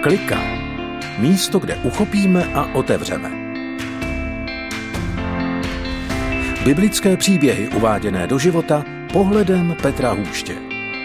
Klika. Místo, kde uchopíme a otevřeme. Biblické příběhy uváděné do života pohledem Petra Hůště.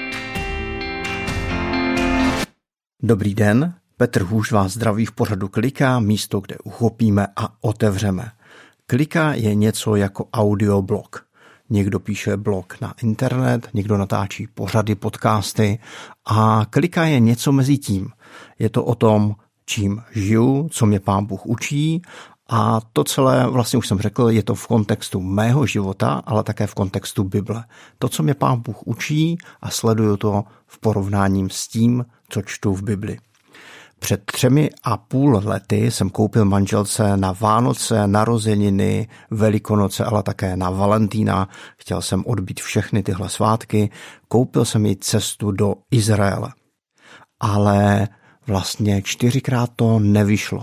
Dobrý den, Petr Hůš vás zdraví v pořadu Klika, místo, kde uchopíme a otevřeme. Klika je něco jako audioblog. Někdo píše blog na internet, někdo natáčí pořady, podcasty a Klika je něco mezi tím. Je to o tom, čím žiju, co mě Pán Bůh učí a to celé, vlastně už jsem řekl, je to v kontextu mého života, ale také v kontextu Bible. To, co mě Pán Bůh učí a sleduju to v porovnáním s tím, co čtu v Bibli. Před 3,5 lety jsem koupil manželce na Vánoce, narozeniny, Velikonoce, ale také na Valentína. Chtěl jsem odbít všechny tyhle svátky. Koupil jsem jí cestu do Izraele. Ale vlastně 4krát to nevyšlo.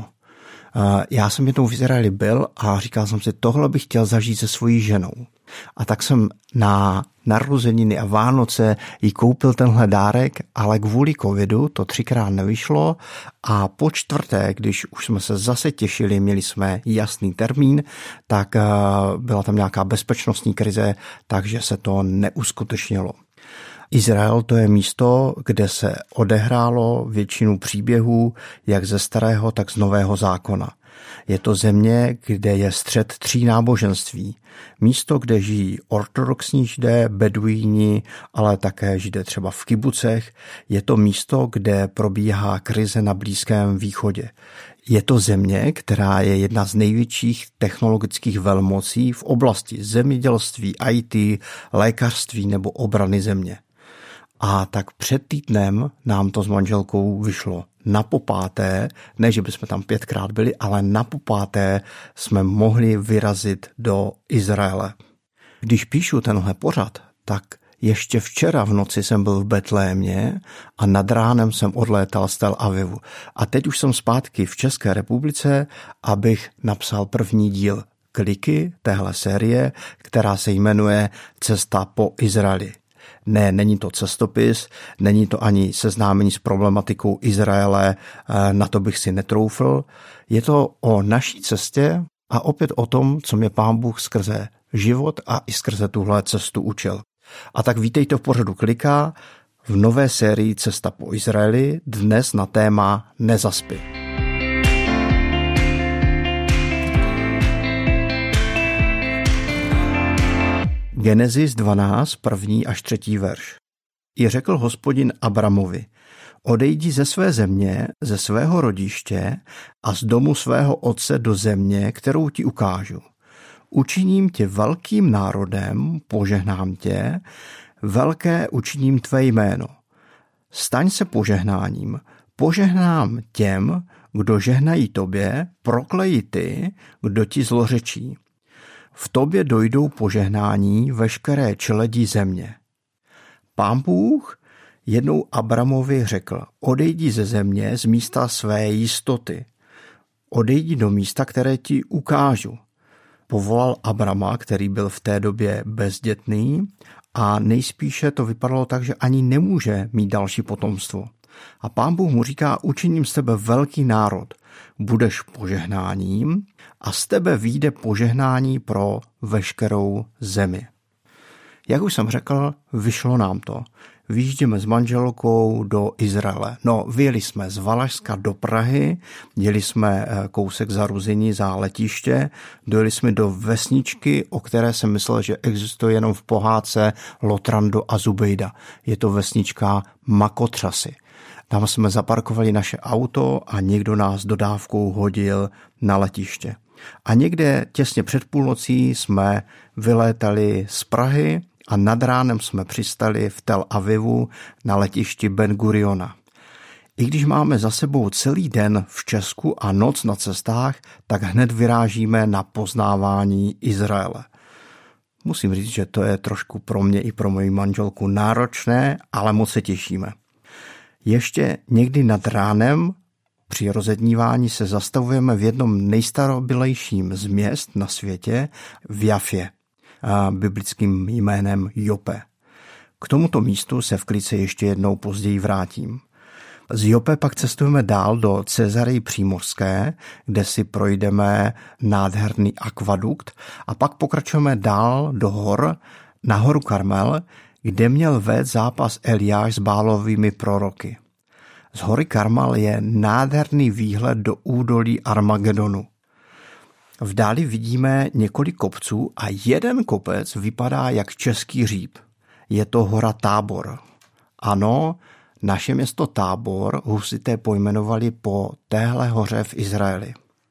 Já jsem jednou v Izraeli byl a říkal jsem si, tohle bych chtěl zažít se svojí ženou. A tak jsem na narozeniny a Vánoce jí koupil tenhle dárek, ale kvůli covidu to 3krát nevyšlo a po 4., když už jsme se zase těšili, měli jsme jasný termín, tak byla tam nějaká bezpečnostní krize, takže se to neuskutečnilo. Izrael to je místo, kde se odehrálo většinu příběhů, jak ze starého, tak z nového zákona. Je to země, kde je střed 3 náboženství. Místo, kde žijí ortodoxní Židé, beduíni, ale také Židé třeba v kibucech. Je to místo, kde probíhá krize na Blízkém východě. Je to země, která je jedna z největších technologických velmocí v oblasti zemědělství, IT, lékařství nebo obrany země. A tak před týdnem nám to s manželkou vyšlo na popáté, ne, že bychom tam 5krát byli, ale na popáté jsme mohli vyrazit do Izraele. Když píšu tenhle pořad, tak ještě včera v noci jsem byl v Betlémě a nad ránem jsem odlétal z Tel Avivu. A teď už jsem zpátky v České republice, abych napsal první díl Kliky téhle série, která se jmenuje Cesta po Izraeli. Ne, není to cestopis, není to ani seznámení s problematikou Izraele, na to bych si netroufl. Je to o naší cestě a opět o tom, co mě Pán Bůh skrze život a i skrze tuhle cestu učil. A tak vítejte v pořadu Klika v nové sérii Cesta po Izraeli, dnes na téma Nezaspi. Genesis 12, 1. až 3. verš. I řekl Hospodin Abramovi, odejdi ze své země, ze svého rodiště a z domu svého otce do země, kterou ti ukážu. Učiním tě velkým národem, požehnám tě, velké učiním tvé jméno. Staň se požehnáním, požehnám těm, kdo žehnají tobě, prokleji ty, kdo ti zlořečí. V tobě dojdou požehnání veškeré čeledí země. Pán Bůh jednou Abramovi řekl, odejdi ze země, z místa své jistoty. Odejdi do místa, které ti ukážu. Povolal Abrama, který byl v té době bezdětný a nejspíše to vypadalo tak, že ani nemůže mít další potomstvo. A Pán Bůh mu říká, učiním z tebe velký národ, budeš požehnáním a z tebe vyjde požehnání pro veškerou zemi. Jak už jsem řekl, vyšlo nám to. Vyjíždíme s manželkou do Izraele. Vyjeli jsme z Valašska do Prahy, jeli jsme kousek za Ruzyni, za letiště, dojeli jsme do vesničky, o které jsem myslel, že existuje jenom v pohádce Lotrando a Zubejda. Je to vesnička Makotřasy. Tam jsme zaparkovali naše auto a někdo nás dodávkou hodil na letiště. A někde těsně před půlnocí jsme vylétali z Prahy a nad ránem jsme přistali v Tel Avivu na letišti Ben Guriona. I když máme za sebou celý den v Česku a noc na cestách, tak hned vyrážíme na poznávání Izraele. Musím říct, že to je trošku pro mě i pro moji manželku náročné, ale moc se těšíme. Ještě někdy nad ránem při rozednívání se zastavujeme v jednom nejstarobilejším z měst na světě, v Jafě, biblickým jménem Jope. K tomuto místu se v Klice ještě jednou později vrátím. Z Jope pak cestujeme dál do Cezareji Přímořské, kde si projdeme nádherný akvadukt a pak pokračujeme dál do hor, na horu Karmel, kde měl vést zápas Eliáš s Bálovými proroky. Z hory Karmel je nádherný výhled do údolí Armagedonu. V dáli vidíme několik kopců a jeden kopec vypadá jak český hříb. Je to hora Tábor. Ano, naše město Tábor husité pojmenovali po téhle hoře v Izraeli.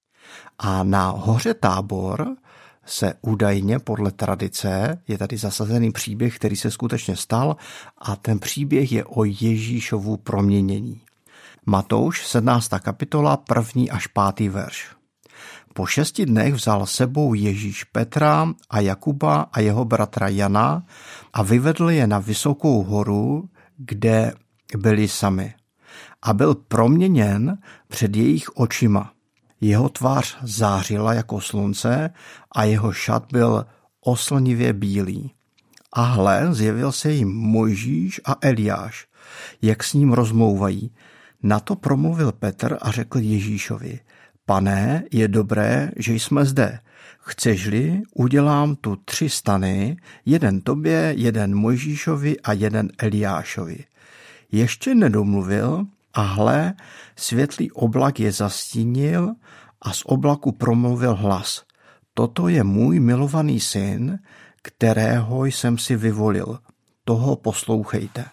A na hoře Tábor se údajně podle tradice, je tady zasazený příběh, který se skutečně stal a ten příběh je o Ježíšovu proměnění. Matouš, 17. kapitola, 1. až 5. verš. Po 6 dnech vzal sebou Ježíš Petra a Jakuba a jeho bratra Jana a vyvedl je na vysokou horu, kde byli sami. A byl proměněn před jejich očima. Jeho tvář zářila jako slunce a jeho šat byl oslnivě bílý. A hle, zjevil se jim Mojžíš a Eliáš, jak s ním rozmlouvají. Na to promluvil Petr a řekl Ježíšovi: Pane, je dobré, že jsme zde. Chceš-li, udělám tu 3 stany, jeden tobě, jeden Mojžíšovi a jeden Eliášovi. Ještě nedomluvil a hle, světlý oblak je zastínil a z oblaku promluvil hlas. Toto je můj milovaný syn, kterého jsem si vyvolil. Toho poslouchejte.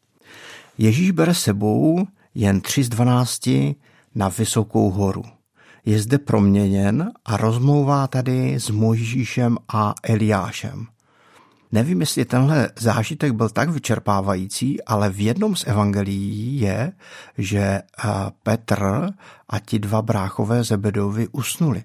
Ježíš bere sebou jen 3 z 12 na vysokou horu. Je zde proměněn a rozmlouvá tady s Mojžíšem a Eliášem. Nevím, jestli tenhle zážitek byl tak vyčerpávající, ale v jednom z evangelií je, že Petr a ti 2 bráchové Zebedovi usnuli.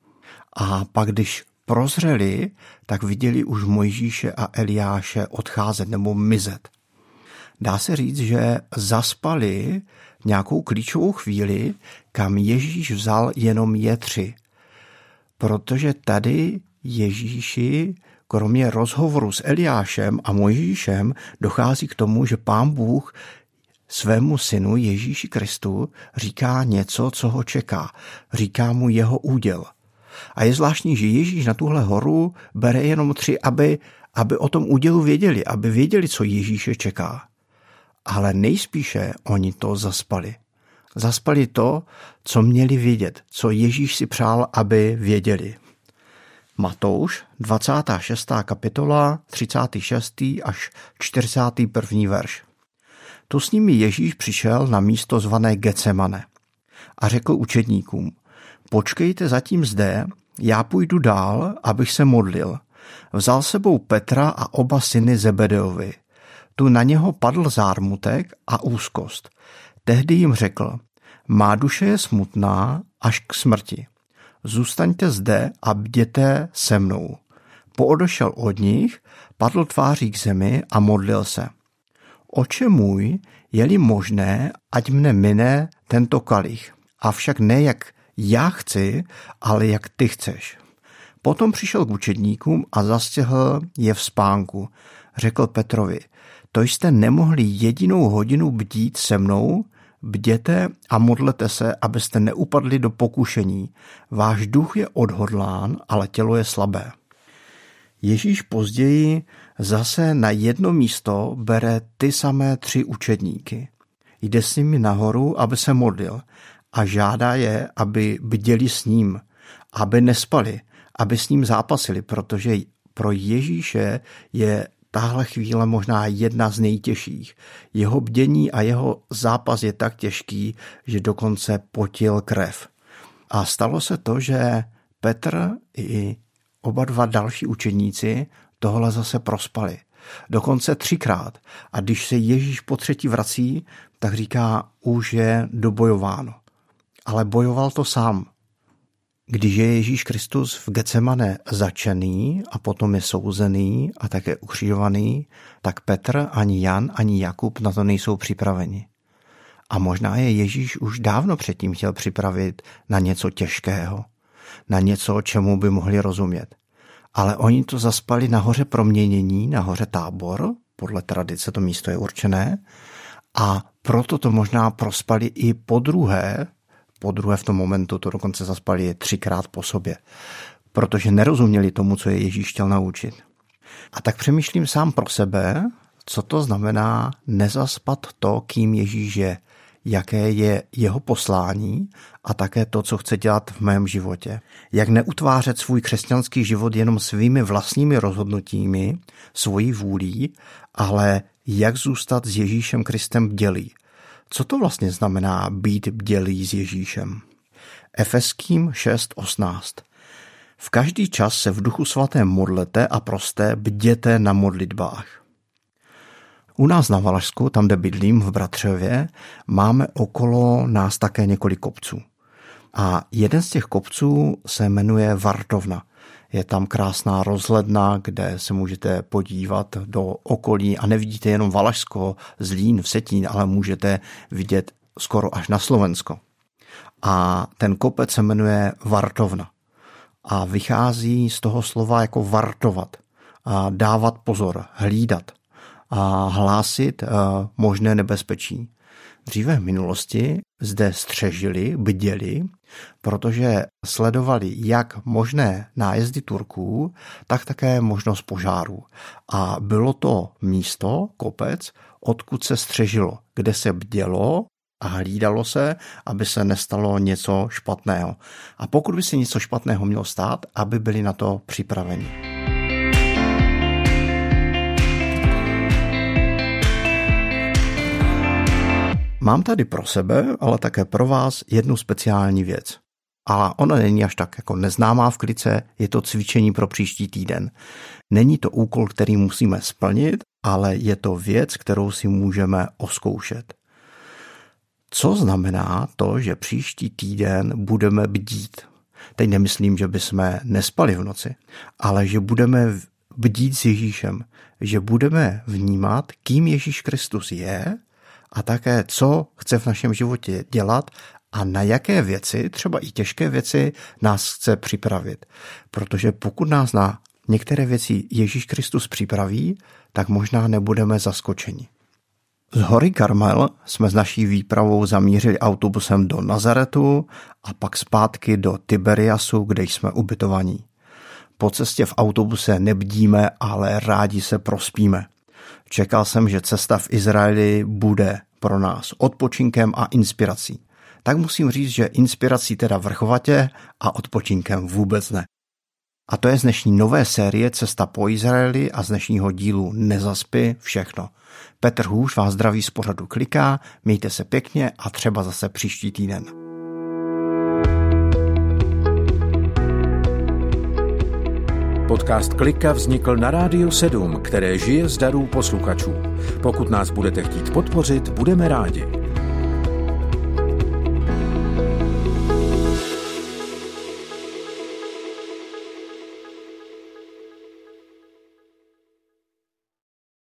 A pak, když prozřeli, tak viděli už Mojžíše a Eliáše odcházet nebo mizet. Dá se říct, že zaspali nějakou klíčovou chvíli, kam Ježíš vzal jenom je 3. Protože tady Ježíši, kromě rozhovoru s Eliášem a Mojžíšem, dochází k tomu, že Pán Bůh svému synu Ježíši Kristu říká něco, co ho čeká. Říká mu jeho úděl. A je zvláštní, že Ježíš na tuhle horu bere jenom 3, aby o tom údělu věděli, aby věděli, co Ježíše čeká. Ale nejspíše oni to zaspali. Zaspali to, co měli vědět, co Ježíš si přál, aby věděli. Matouš, 26. kapitola, 36. až 41. verš. Tu s nimi Ježíš přišel na místo zvané Getsemane a řekl učedníkům: Počkejte zatím zde, já půjdu dál, abych se modlil. Vzal sebou Petra a oba syny Zebedeovi. Tu na něho padl zármutek a úzkost. Tehdy jim řekl: Má duše je smutná až k smrti. Zůstaňte zde a bděte se mnou. Poodešel od nich, padl tváří k zemi a modlil se: Oče můj, je-li možné, ať mne mine tento kalich, avšak ne jak já chci, ale jak ty chceš. Potom přišel k učedníkům a zastihl je v spánku. Řekl Petrovi: To jste nemohli jedinou hodinu bdít se mnou? Bděte a modlete se, abyste neupadli do pokušení. Váš duch je odhodlán, ale tělo je slabé. Ježíš později zase na jedno místo bere ty samé 3 učedníky. Jde s nimi nahoru, aby se modlil a žádá je, aby bděli s ním, aby nespali, aby s ním zápasili, protože pro Ježíše je tahle chvíle možná jedna z nejtěžších. Jeho bdění a jeho zápas je tak těžký, že dokonce potil krev. A stalo se to, že Petr i oba 2 další učedníci tohle zase prospali. Dokonce 3krát. A když se Ježíš po 3. vrací, tak říká: už je dobojováno. Ale bojoval to sám. Když je Ježíš Kristus v Getsemane začený a potom je souzený a také ukřižovaný, tak Petr, ani Jan, ani Jakub na to nejsou připraveni. A možná je Ježíš už dávno předtím chtěl připravit na něco těžkého, na něco, čemu by mohli rozumět. Ale oni to zaspali na hoře proměnění, na hoře Tábor, podle tradice to místo je určené, a proto to možná prospali i podruhé v tom momentu to dokonce zaspali 3krát po sobě, protože nerozuměli tomu, co je Ježíš chtěl naučit. A tak přemýšlím sám pro sebe, co to znamená nezaspat to, kým Ježíš je, jaké je jeho poslání a také to, co chce dělat v mém životě. Jak neutvářet svůj křesťanský život jenom svými vlastními rozhodnutími, svojí vůlí, ale jak zůstat s Ježíšem Kristem bdělý. Co to vlastně znamená být bdělý s Ježíšem? Efeským 6:18. V každý čas se v Duchu svatém modlete a proste, bděte na modlitbách. U nás na Valašsku, tam, kde bydlím v Bratřově, máme okolo nás také několik kopců. A jeden z těch kopců se jmenuje Vartovna. Je tam krásná rozhledna, kde se můžete podívat do okolí a nevidíte jenom Valašsko, Zlín, Vsetín, ale můžete vidět skoro až na Slovensko. A ten kopec se jmenuje Vartovna. A vychází z toho slova jako vartovat, a dávat pozor, hlídat a hlásit možné nebezpečí. Dříve v minulosti zde střežili, bděli, protože sledovali jak možné nájezdy Turků, tak také možnost požárů. A bylo to místo, kopec, odkud se střežilo, kde se bdělo a hlídalo se, aby se nestalo něco špatného. A pokud by se něco špatného mělo stát, aby byli na to připraveni. Mám tady pro sebe, ale také pro vás jednu speciální věc. Ale ona není až tak jako neznámá v klice, je to cvičení pro příští týden. Není to úkol, který musíme splnit, ale je to věc, kterou si můžeme oskoušet. Co znamená to, že příští týden budeme bdít? Teď nemyslím, že bychom nespali v noci, ale že budeme bdít s Ježíšem, že budeme vnímat, kým Ježíš Kristus je a také, co chce v našem životě dělat a na jaké věci, třeba i těžké věci, nás chce připravit. Protože pokud nás na některé věci Ježíš Kristus připraví, tak možná nebudeme zaskočeni. Z hory Karmel jsme s naší výpravou zamířili autobusem do Nazaretu a pak zpátky do Tiberiasu, kde jsme ubytovaní. Po cestě v autobuse nebdíme, ale rádi se prospíme. Čekal jsem, že cesta v Izraeli bude pro nás odpočinkem a inspirací. Tak musím říct, že inspirací teda vrchovatě a odpočinkem vůbec ne. A to je z dnešní nové série Cesta po Izraeli a z dnešního dílu Nezaspy všechno. Petr Hůž vás zdraví z pořadu Klika, mějte se pěkně a třeba zase příští týden. Podcast Klika vznikl na Rádiu 7, které žije z darů posluchačů. Pokud nás budete chtít podpořit, budeme rádi.